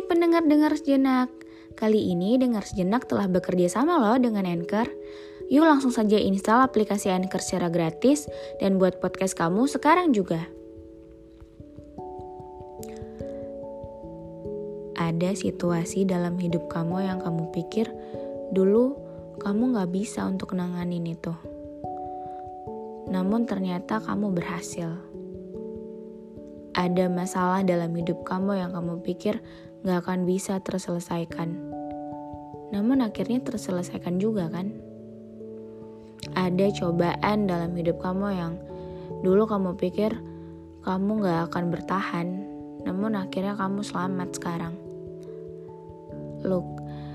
Hai pendengar-dengar sejenak. Kali ini Dengar Sejenak telah bekerja sama loh dengan Anchor. Yuk langsung saja install aplikasi Anchor secara gratis dan buat podcast kamu sekarang juga. Ada situasi dalam hidup kamu yang kamu pikir dulu kamu gak bisa untuk nanganin itu. Namun ternyata kamu berhasil. Ada masalah dalam hidup kamu yang kamu pikir gak akan bisa terselesaikan. Namun akhirnya terselesaikan juga kan? Ada cobaan dalam hidup kamu yang dulu kamu pikir kamu gak akan bertahan. Namun akhirnya kamu selamat sekarang. Look,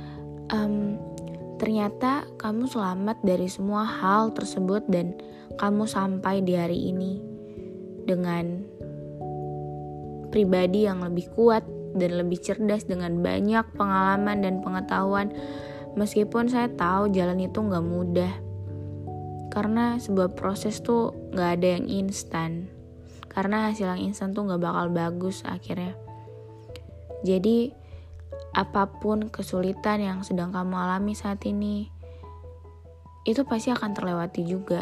ternyata kamu selamat dari semua hal tersebut dan kamu sampai di hari ini dengan pribadi yang lebih kuat dan lebih cerdas dengan banyak pengalaman dan pengetahuan. Meskipun saya tahu jalan itu gak mudah, karena sebuah proses tuh gak ada yang instan, karena hasil yang instan tuh gak bakal bagus akhirnya. Jadi apapun kesulitan yang sedang kamu alami saat ini, itu pasti akan terlewati juga.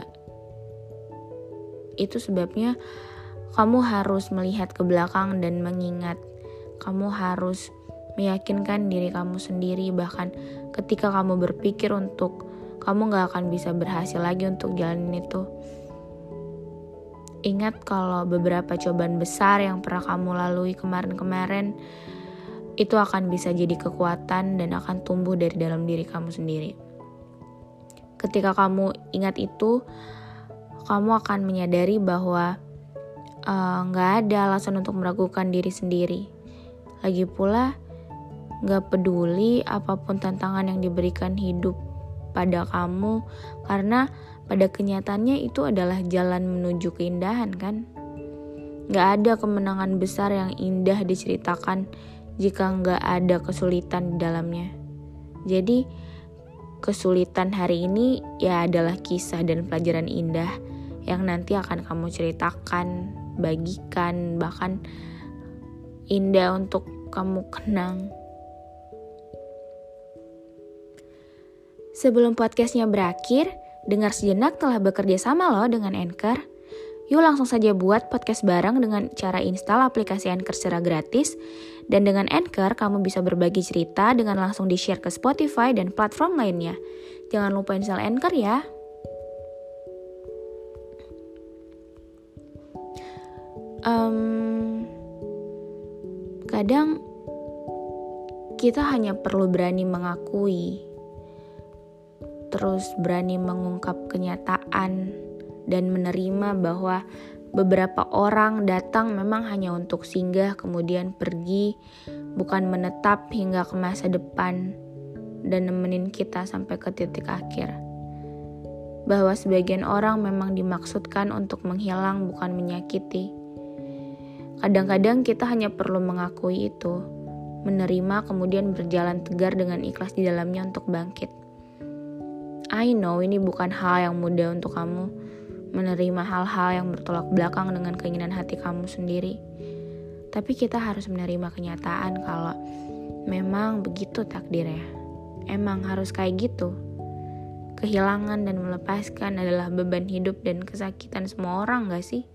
Itu sebabnya kamu harus melihat ke belakang dan mengingat. Kamu harus meyakinkan diri kamu sendiri, bahkan ketika kamu berpikir untuk kamu gak akan bisa berhasil lagi untuk jalanin itu. Ingat kalau beberapa cobaan besar yang pernah kamu lalui kemarin-kemarin, itu akan bisa jadi kekuatan dan akan tumbuh dari dalam diri kamu sendiri. Ketika kamu ingat itu, kamu akan menyadari bahwa gak ada alasan untuk meragukan diri sendiri. Lagi pula gak peduli apapun tantangan yang diberikan hidup pada kamu, karena pada kenyataannya itu adalah jalan menuju keindahan kan. Gak ada kemenangan besar yang indah diceritakan jika gak ada kesulitan di dalamnya. Jadi kesulitan hari ini ya adalah kisah dan pelajaran indah yang nanti akan kamu ceritakan, bagikan, bahkan indah untuk kamu kenang. Sebelum podcastnya berakhir, Dengar Sejenak telah bekerja sama loh dengan Anchor. Yuk langsung saja buat podcast bareng dengan cara install aplikasi Anchor secara gratis. Dan dengan Anchor, kamu bisa berbagi cerita dengan langsung di-share ke Spotify dan platform lainnya. Jangan lupa install Anchor ya. Kadang kita hanya perlu berani mengakui, terus berani mengungkap kenyataan dan menerima bahwa beberapa orang datang memang hanya untuk singgah kemudian pergi, bukan menetap hingga ke masa depan dan nemenin kita sampai ke titik akhir. Bahwa sebagian orang memang dimaksudkan untuk menghilang, bukan menyakiti. Kadang-kadang kita hanya perlu mengakui itu, menerima kemudian berjalan tegar dengan ikhlas di dalamnya untuk bangkit. I know ini bukan hal yang mudah untuk kamu, menerima hal-hal yang bertolak belakang dengan keinginan hati kamu sendiri. Tapi kita harus menerima kenyataan kalau memang begitu takdirnya. Emang harus kayak gitu. Kehilangan dan melepaskan adalah beban hidup dan kesakitan semua orang gak sih?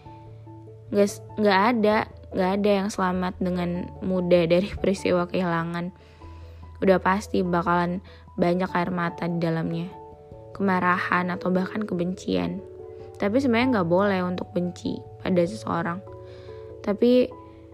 Gak ada yang selamat dengan mudah dari peristiwa kehilangan. Udah pasti bakalan banyak air mata di dalamnya, kemarahan atau bahkan kebencian. Tapi sebenarnya gak boleh untuk benci pada seseorang. Tapi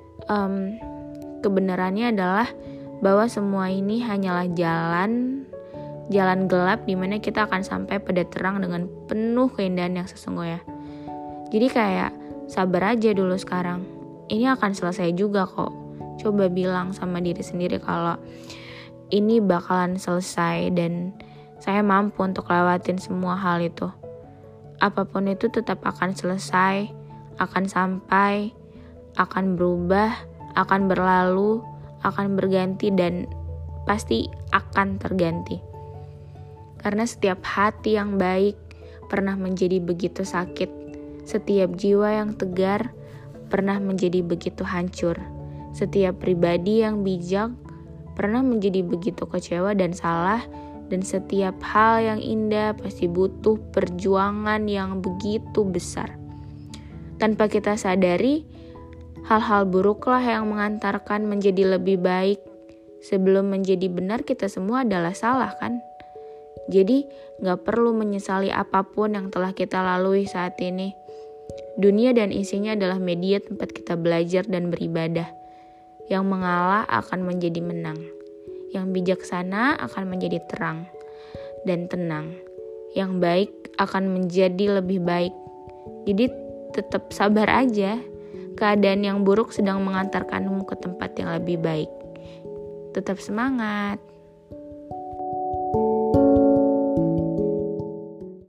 kebenarannya adalah bahwa semua ini hanyalah jalan gelap di mana kita akan sampai pada terang dengan penuh keindahan yang sesungguhnya. Jadi kayak sabar aja dulu sekarang. Ini akan selesai juga kok. Coba bilang sama diri sendiri kalau ini bakalan selesai dan saya mampu untuk lewatin semua hal itu. Apapun itu tetap akan selesai, akan sampai, akan berubah, akan berlalu, akan berganti dan pasti akan terganti. Karena setiap hati yang baik pernah menjadi begitu sakit. Setiap jiwa yang tegar pernah menjadi begitu hancur. Setiap pribadi yang bijak pernah menjadi begitu kecewa dan salah, dan setiap hal yang indah pasti butuh perjuangan yang begitu besar. Tanpa kita sadari, hal-hal buruklah yang mengantarkan menjadi lebih baik. Sebelum menjadi benar, kita semua adalah salah, kan? Jadi gak perlu menyesali apapun yang telah kita lalui saat ini. Dunia dan isinya adalah media tempat kita belajar dan beribadah. Yang mengalah akan menjadi menang. Yang bijaksana akan menjadi terang dan tenang. Yang baik akan menjadi lebih baik. Jadi tetap sabar aja. Keadaan yang buruk sedang mengantarkanmu ke tempat yang lebih baik. Tetap semangat.